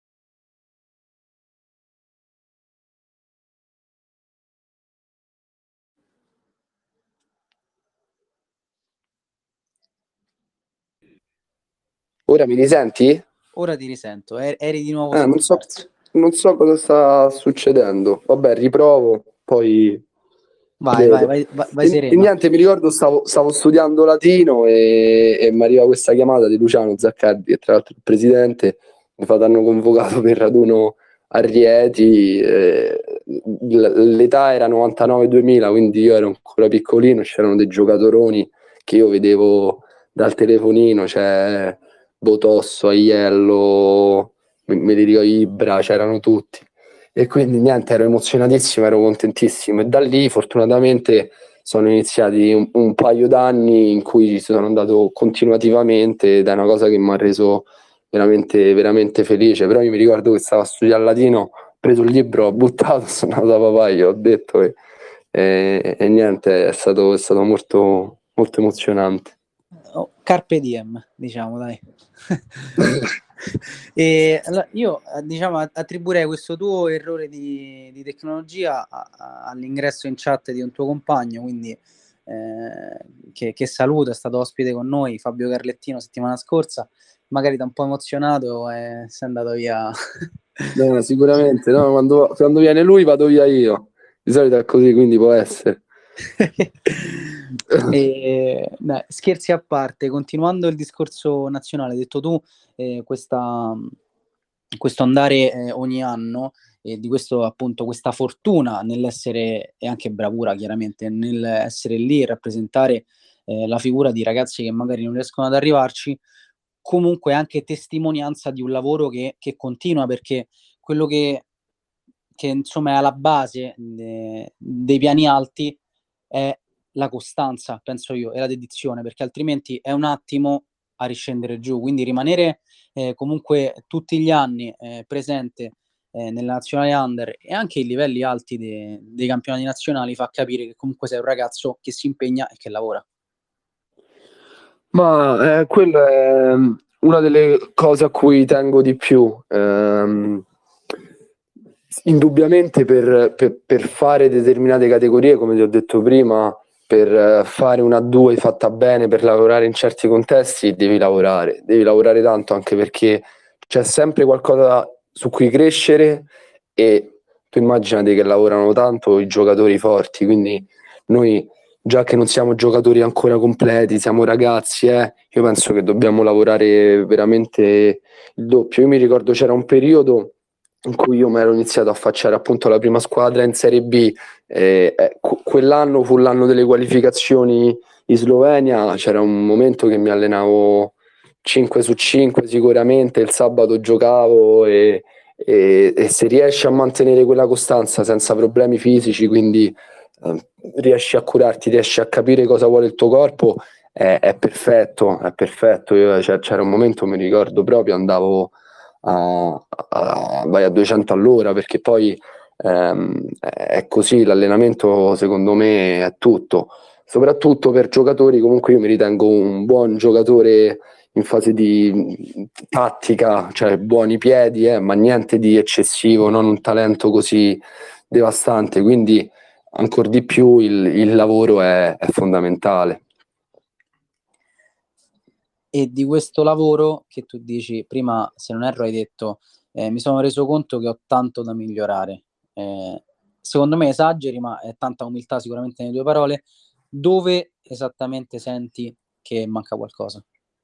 Ora mi risenti? Ora ti risento, er- eri di nuovo Eh, non so, scomparso. non so cosa sta succedendo. Vabbè, riprovo, poi Vai, vai, vedo. vai, vai, vai E, e sereno. niente, mi ricordo stavo, stavo studiando latino e, e mi arriva questa chiamata di Luciano Zaccardi, che tra l'altro è il presidente, mi fa, t'hanno convocato per raduno a Rieti, eh, l- l'età era novantanove duemila, quindi io ero ancora piccolino, c'erano dei giocatoroni che io vedevo dal telefonino, cioè Botosso, Aiello, me, me li dico Ibra, c'erano tutti. E quindi niente, ero emozionatissimo, ero contentissimo. E da lì fortunatamente sono iniziati un, un paio d'anni in cui ci sono andato continuativamente ed è una cosa che mi ha reso veramente, veramente felice. Però io mi ricordo che stavo a studiare latino, ho preso il libro, ho buttato, sono andato da papà, gli ho detto e, e- e niente, è stato, è stato molto, molto emozionante. Oh, carpe diem, diciamo, dai. E allora, io eh, diciamo attribuirei questo tuo errore di, di tecnologia a- a- all'ingresso in chat di un tuo compagno, quindi eh, che, che saluto, è stato ospite con noi, Fabio Carlettino, settimana scorsa, magari da un po' emozionato e si è andato via. No, sicuramente, no, quando, quando viene lui vado via io. Di solito è così, quindi può essere. E, beh, scherzi a parte, continuando il discorso nazionale, hai detto tu, eh, questa, questo andare eh, ogni anno e di questo appunto questa fortuna nell'essere e anche bravura chiaramente nell'essere lì e rappresentare eh, la figura di ragazzi che magari non riescono ad arrivarci, comunque anche testimonianza di un lavoro che, che continua, perché quello che, che insomma è alla base de- dei piani alti è la costanza, penso io, e la dedizione, perché altrimenti è un attimo a riscendere giù. Quindi rimanere eh, comunque tutti gli anni eh, presente eh, nella nazionale under e anche i livelli alti de- dei campionati nazionali fa capire che comunque sei un ragazzo che si impegna e che lavora. Ma eh, quella è mm, una delle cose a cui tengo di più. Ehm, indubbiamente per, per- per fare determinate categorie, come ti ho detto prima, per eh, fare una a due fatta bene, per lavorare in certi contesti, devi lavorare, devi lavorare tanto anche perché c'è sempre qualcosa su cui crescere e tu immaginati che lavorano tanto i giocatori forti, quindi noi già che non siamo giocatori ancora completi, siamo ragazzi, eh, io penso che dobbiamo lavorare veramente il doppio. Io mi ricordo c'era un periodo in cui io mi ero iniziato a affacciare appunto alla prima squadra in Serie B, eh, eh, quell'anno fu l'anno delle qualificazioni in Slovenia, c'era un momento che mi allenavo cinque su cinque sicuramente, il sabato giocavo e, e, e se riesci a mantenere quella costanza senza problemi fisici, quindi eh, riesci a curarti, riesci a capire cosa vuole il tuo corpo, è, è perfetto, è perfetto. Io, cioè, c'era un momento, mi ricordo proprio, andavo a, a, vai a duecento all'ora perché poi ehm, è così, l'allenamento secondo me è tutto, soprattutto per giocatori, comunque io mi ritengo un buon giocatore in fase di tattica, cioè buoni piedi, eh, ma niente di eccessivo, non un talento così devastante, quindi ancora di più il, il lavoro è, è fondamentale. E di questo lavoro che tu dici, prima se non erro hai detto, eh, mi sono reso conto che ho tanto da migliorare. Eh, secondo me esageri, ma è tanta umiltà sicuramente nelle tue parole. Dove esattamente senti che manca qualcosa?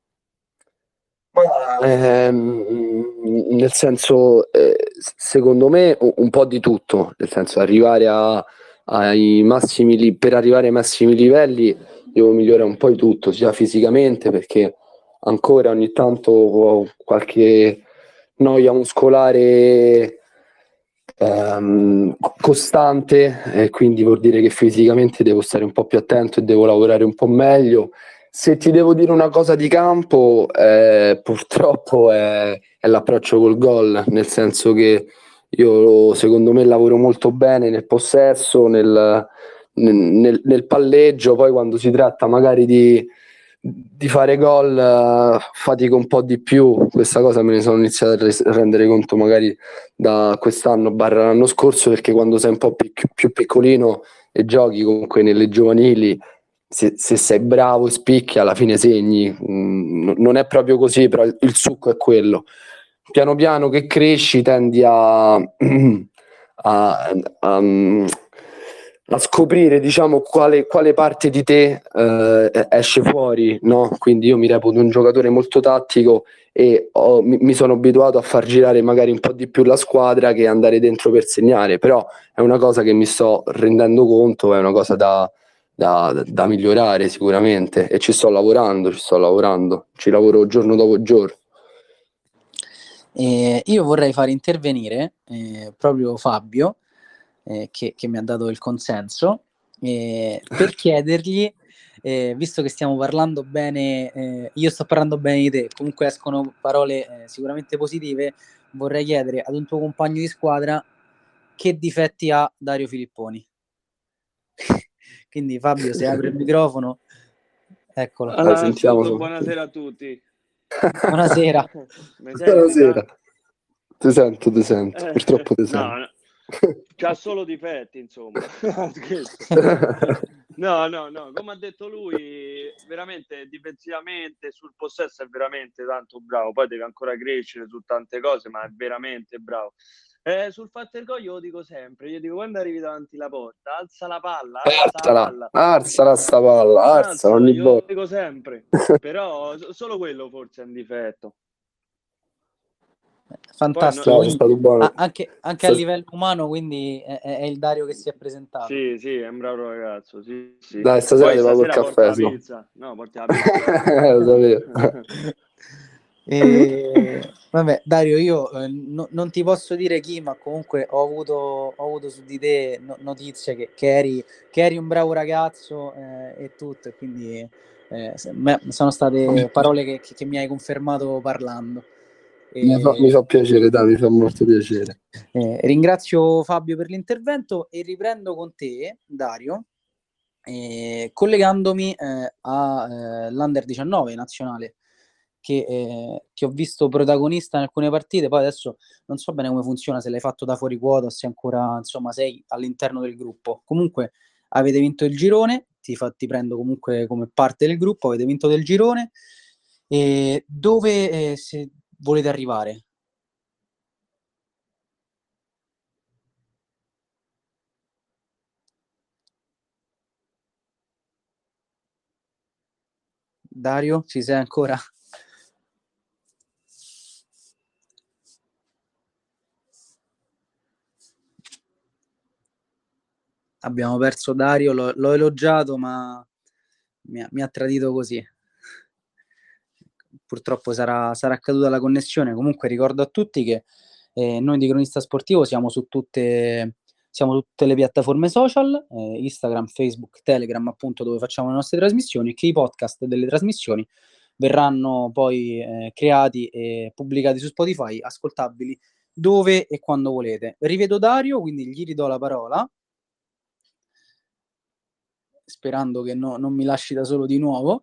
Ehm, nel senso, eh, secondo me un, un po' di tutto, nel senso arrivare a, ai massimi li- per arrivare ai massimi livelli devo migliorare un po' di tutto, sia fisicamente perché ancora ogni tanto ho qualche noia muscolare ehm, costante e quindi vuol dire che fisicamente devo stare un po' più attento e devo lavorare un po' meglio. Se ti devo dire una cosa di campo, eh, purtroppo è, è l'approccio col gol, nel senso che io secondo me lavoro molto bene nel possesso, nel, nel, nel palleggio, poi quando si tratta magari di, di fare gol eh, fatico un po' di più, questa cosa me ne sono iniziato a res- rendere conto magari da quest'anno barra l'anno scorso, perché quando sei un po' più, più piccolino e giochi comunque nelle giovanili, se, se sei bravo e spicchi alla fine segni. Mm, non è proprio così, però il, il succo è quello. Piano piano che cresci tendi a, a, a, a scoprire, diciamo, quale, quale parte di te eh, esce fuori, no? Quindi io mi reputo un giocatore molto tattico e ho, mi, mi sono abituato a far girare magari un po' di più la squadra che andare dentro per segnare, però è una cosa che mi sto rendendo conto, è una cosa da, da, da migliorare sicuramente e ci sto lavorando, ci sto lavorando, ci lavoro giorno dopo giorno. Eh, io vorrei far intervenire eh, proprio Fabio, eh, che, che mi ha dato il consenso, eh, per chiedergli, eh, visto che stiamo parlando bene, eh, io sto parlando bene di te, comunque escono parole eh, sicuramente positive, vorrei chiedere ad un tuo compagno di squadra che difetti ha Dario Filipponi. Quindi Fabio, se apri il microfono, eccolo. Dai, Allora, sentiamo innanzitutto soprattutto. buonasera a tutti. Buonasera. Mi senti? Buonasera. Da? Ti sento, ti sento. Eh, Purtroppo ti no, sento. no, c'ha solo difetti, insomma. Scherzo. No, no, no, come ha detto lui, veramente difensivamente sul possesso è veramente tanto bravo, poi deve ancora crescere su tante cose, ma è veramente bravo. Eh, sul fatto del gol io lo dico sempre, io dico quando arrivi davanti alla porta, alza la palla, alza la Alzala, palla, alzala sta palla, alzala alzala, ogni io lo volta. dico sempre, però solo quello forse è un difetto. Poi no, Fantastico, No, sei quindi stato buono. a- anche, anche a Sta- livello umano, quindi è, è il Dario che si è presentato. sì, sì, è un bravo ragazzo, sì, sì. Dai, stasera Poi ti pago il stasera porta caffè, la so. pizza, no, porti la pizza. Lo sapevo. E, vabbè, Dario, io eh, no- non ti posso dire chi, ma comunque ho avuto, ho avuto su di te no- notizie che, che eri, che eri un bravo ragazzo eh, e tutto, e quindi eh, se- me- sono state parole che, che- che mi hai confermato parlando. Mi fa, mi E, fa piacere, dai, mi fa molto piacere. eh, ringrazio Fabio per l'intervento e riprendo con te, Dario, eh, collegandomi eh, all'Under diciannove nazionale che eh, ti ho visto protagonista in alcune partite, poi adesso non so bene come funziona, se l'hai fatto da fuori quota o se ancora insomma sei all'interno del gruppo. Comunque avete vinto il girone, ti, fa, ti prendo comunque come parte del gruppo, avete vinto del girone e dove eh, se volete arrivare? Dario, ci sei ancora? Abbiamo perso Dario, l'ho, l'ho elogiato, ma mi ha, mi ha tradito così. Purtroppo sarà, sarà caduta la connessione. Comunque ricordo a tutti che eh, noi di Cronista Sportivo siamo su tutte, siamo su tutte le piattaforme social, eh, Instagram, Facebook, Telegram, appunto, dove facciamo le nostre trasmissioni, e che i podcast delle trasmissioni verranno poi eh, creati e pubblicati su Spotify, ascoltabili dove e quando volete. Rivedo Dario, quindi gli ridò la parola, sperando che no, non mi lasci da solo di nuovo.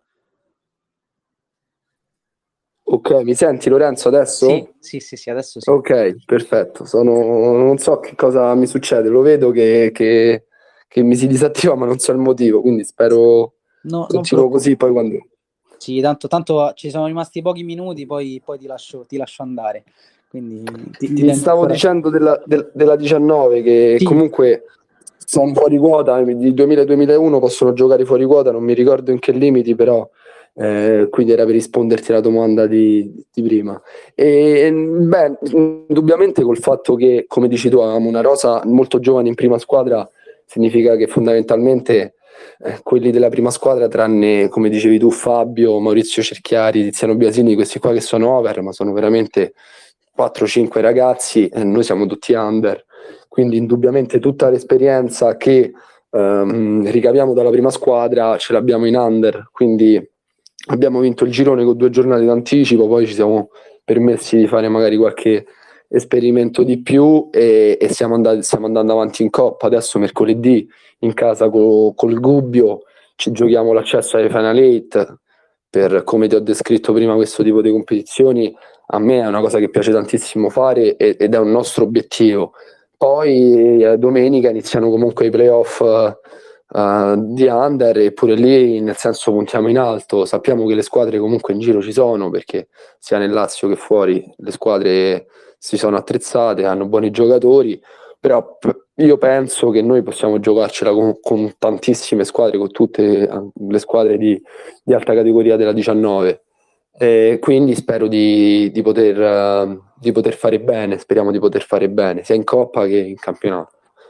Ok, mi senti Lorenzo adesso? Sì, sì, sì, sì, adesso sì. Ok, perfetto. Sono... Non so che cosa mi succede, lo vedo che, che, che mi si disattiva, ma non so il motivo, quindi spero No, continuo così, poi quando... Sì, tanto, tanto ci sono rimasti pochi minuti, poi, poi ti, lascio, ti lascio andare. Quindi ti, ti Ti stavo ancora... dicendo della, del, della diciannove che sì. Comunque sono fuori quota, di duemila duemilauno possono giocare fuori quota, non mi ricordo in che limiti, però eh, quindi era per risponderti alla domanda di, di prima. E beh, indubbiamente col fatto che, come dici tu, avevamo una rosa molto giovane in prima squadra, significa che fondamentalmente eh, quelli della prima squadra, tranne come dicevi tu Fabio, Maurizio Cerchiari, Tiziano Biasini, questi qua che sono over, ma sono veramente quattro cinque ragazzi, e noi siamo tutti under, quindi indubbiamente tutta l'esperienza che ehm, ricaviamo dalla prima squadra ce l'abbiamo in under, quindi abbiamo vinto il girone con due giornate d'anticipo, poi ci siamo permessi di fare magari qualche esperimento di più e, e stiamo, andati, stiamo andando avanti in Coppa. Adesso mercoledì in casa co, col Gubbio ci giochiamo l'accesso ai Final Eight. Per come ti ho descritto prima, questo tipo di competizioni a me è una cosa che piace tantissimo fare ed è un nostro obiettivo. Poi eh, domenica iniziano comunque i playoff uh, di under, e pure lì nel senso puntiamo in alto. Sappiamo che le squadre comunque in giro ci sono, perché sia nel Lazio che fuori le squadre si sono attrezzate, hanno buoni giocatori, però io penso che noi possiamo giocarcela con, con tantissime squadre, con tutte le squadre di, di alta categoria della diciannove. E quindi spero di, di, poter, uh, di poter fare bene, speriamo di poter fare bene sia in Coppa che in campionato.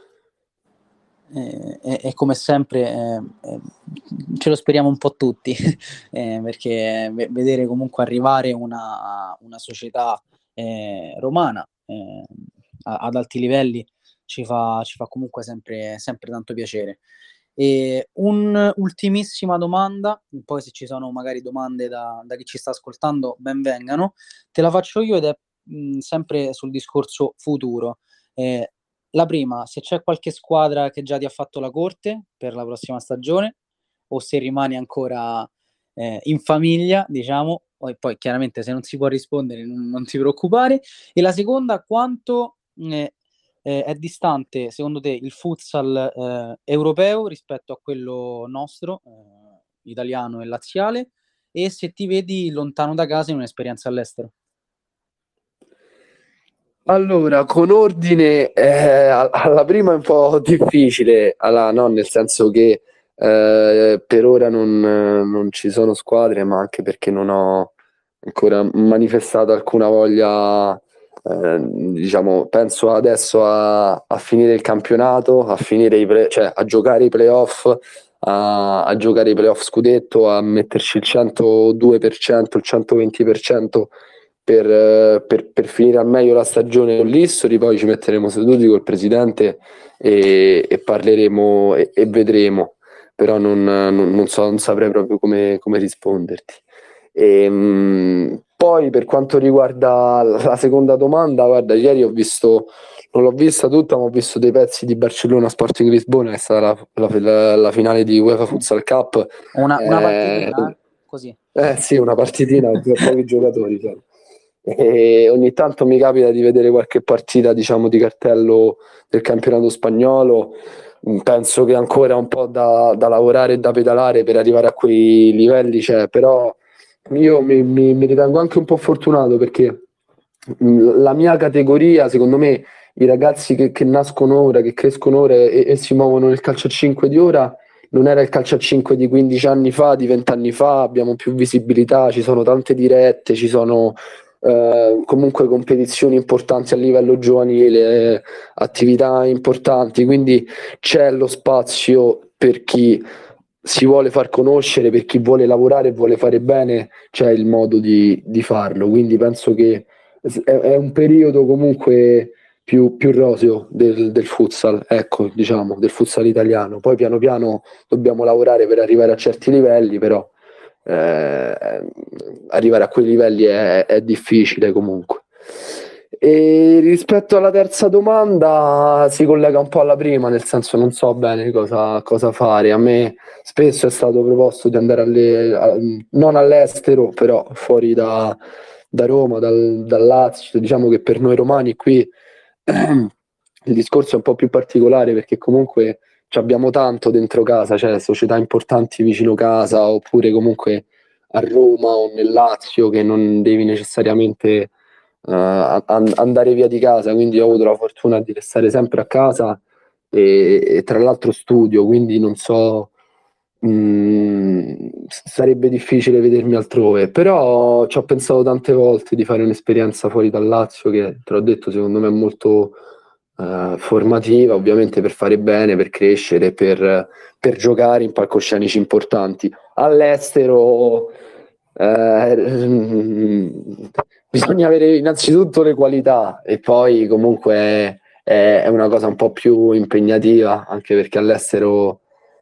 E eh, eh, come sempre eh, eh, ce lo speriamo un po' tutti, eh, perché v- vedere comunque arrivare una, una società eh, romana eh, ad alti livelli ci fa, ci fa comunque sempre, sempre tanto piacere. E un'ultimissima domanda, poi se ci sono magari domande da, da chi ci sta ascoltando, ben vengano. Te la faccio io ed è mh, sempre sul discorso futuro. Eh, la prima, se c'è qualche squadra che già ti ha fatto la corte per la prossima stagione, o se rimani ancora eh, in famiglia, diciamo, e poi chiaramente se non si può rispondere non, non ti preoccupare. E la seconda, quanto eh, eh, è distante secondo te il futsal eh, europeo rispetto a quello nostro, eh, italiano e laziale, e se ti vedi lontano da casa in un'esperienza all'estero? Allora, con ordine, eh, alla prima è un po' difficile, alla, no, nel senso che eh, per ora non, non ci sono squadre, ma anche perché non ho ancora manifestato alcuna voglia, eh, diciamo, penso adesso a, a finire il campionato, a finire i pre, cioè a giocare i playoff, a, a giocare i playoff scudetto, a metterci il centodue per cento, il centoventi per cento per, per, per finire al meglio la stagione con l'Issori. Poi ci metteremo seduti col presidente e, e parleremo e, e vedremo, però non, non, non, so, non saprei proprio come, come risponderti. E, mh, poi per quanto riguarda la seconda domanda, guarda, ieri ho visto, non l'ho vista tutta, ma ho visto dei pezzi di Barcellona Sporting Lisbona, che è stata la, la, la, la finale di UEFA Futsal Cup. Una, una eh, partitina, eh? Così. Eh sì, una partitina con pochi giocatori, cioè. E ogni tanto mi capita di vedere qualche partita, diciamo, di cartello del campionato spagnolo. Penso che ancora un po' da, da lavorare e da pedalare per arrivare a quei livelli c'è, però io mi, mi, mi ritengo anche un po' fortunato, perché la mia categoria, secondo me, i ragazzi che, che nascono ora, che crescono ora e, e si muovono nel calcio a cinque di ora, non era il calcio a cinque di quindici anni fa, di venti anni fa, abbiamo più visibilità, ci sono tante dirette, ci sono eh, comunque competizioni importanti a livello giovanile, attività importanti, quindi c'è lo spazio per chi si vuole far conoscere, per chi vuole lavorare e vuole fare bene, c'è il modo di, di farlo, quindi penso che è, è un periodo comunque più, più roseo del, del futsal, ecco, diciamo, del futsal italiano. Poi piano piano dobbiamo lavorare per arrivare a certi livelli, però eh, arrivare a quei livelli è, è difficile comunque. E rispetto alla terza domanda si collega un po' alla prima, nel senso non so bene cosa, cosa fare. A me spesso è stato proposto di andare alle, a, non all'estero, però fuori da, da Roma, dal, dal Lazio. Diciamo che per noi romani qui il discorso è un po' più particolare, perché comunque ci abbiamo tanto dentro casa, cioè società importanti vicino casa, oppure comunque a Roma o nel Lazio, che non devi necessariamente uh, an- andare via di casa. Quindi ho avuto la fortuna di restare sempre a casa e, e tra l'altro studio, quindi non so, mh, sarebbe difficile vedermi altrove, però ci ho pensato tante volte di fare un'esperienza fuori dal Lazio, che te l'ho detto, secondo me è molto uh, formativa, ovviamente per fare bene, per crescere, per, per giocare in palcoscenici importanti. All'estero eh, bisogna avere innanzitutto le qualità, e poi comunque è, è una cosa un po' più impegnativa, anche perché all'estero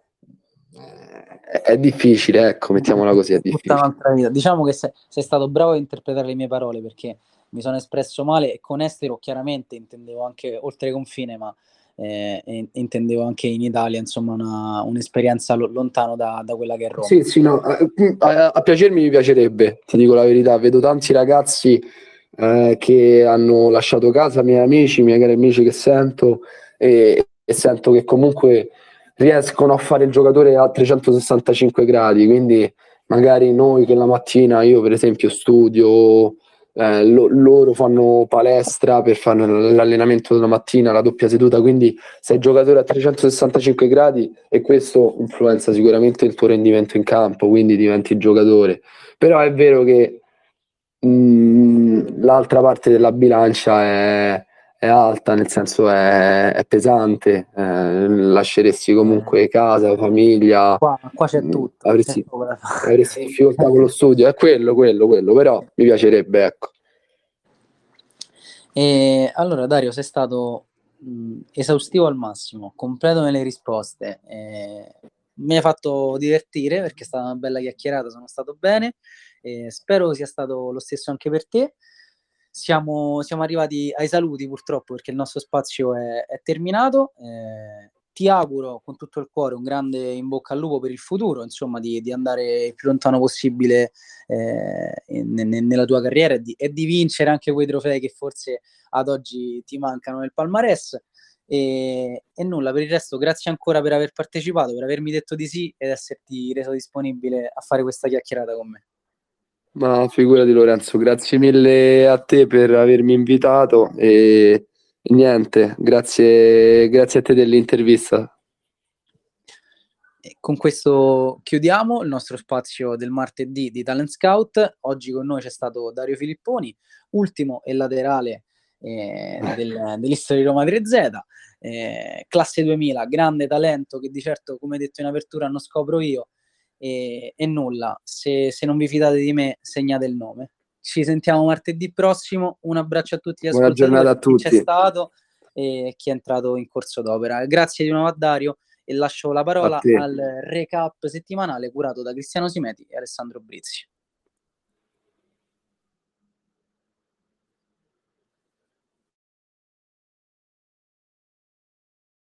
è, è difficile, ecco, mettiamola così, è Tutta difficile. un'altra vita. Diciamo che sei, sei stato bravo a interpretare le mie parole, perché mi sono espresso male, e con estero chiaramente intendevo anche oltre confine, ma eh, intendevo anche in Italia, insomma, una, un'esperienza lo, lontano da, da quella che è Roma. Sì, sì, no, a, a, a piacermi mi piacerebbe, ti dico la verità. Vedo tanti ragazzi eh, che hanno lasciato casa, miei amici, miei cari amici che sento, e, e sento che comunque riescono a fare il giocatore a trecentosessantacinque gradi, quindi magari noi che la mattina, io per esempio studio, eh, lo, loro fanno palestra per fare l'allenamento della mattina, la doppia seduta, quindi sei giocatore a trecentosessantacinque gradi e questo influenza sicuramente il tuo rendimento in campo, quindi diventi giocatore. Però è vero che mh, l'altra parte della bilancia è, è alta, nel senso è, è pesante, eh, lasceresti comunque casa, famiglia, Qua, qua c'è mh, tutto, c'è avresti, poco da fare. avresti difficoltà con lo studio, è quello, quello, quello, però mi piacerebbe, ecco. E allora, Dario, sei stato mh, esaustivo al massimo, completo nelle risposte. Eh, mi hai fatto divertire perché è stata una bella chiacchierata, sono stato bene. Eh, spero sia stato lo stesso anche per te. Siamo, siamo arrivati ai saluti, purtroppo, perché il nostro spazio è, è terminato. Eh, ti auguro con tutto il cuore un grande in bocca al lupo per il futuro, insomma, di, di andare il più lontano possibile eh, in, in, nella tua carriera, e di, e di vincere anche quei trofei che forse ad oggi ti mancano nel palmarès. E, e nulla, per il resto, grazie ancora per aver partecipato, per avermi detto di sì ed esserti reso disponibile a fare questa chiacchierata con me. Ma figurati Lorenzo, grazie mille a te per avermi invitato e, e niente, grazie, grazie a te dell'intervista. E con questo chiudiamo il nostro spazio del martedì di Talent Scout. Oggi con noi c'è stato Dario Filipponi, ultimo e laterale eh, del, dell'History Roma tre Z, eh, classe duemila, grande talento che di certo, come detto in apertura, non scopro io. E, e nulla, se, se non vi fidate di me, segnate il nome. Ci sentiamo martedì prossimo. Un abbraccio a tutti gli Buona ascoltatori, giornata a a chi c'è tutti. stato e chi è entrato in corso d'opera. Grazie di nuovo a Dario e lascio la parola al recap settimanale curato da Cristiano Simeti e Alessandro Brizzi.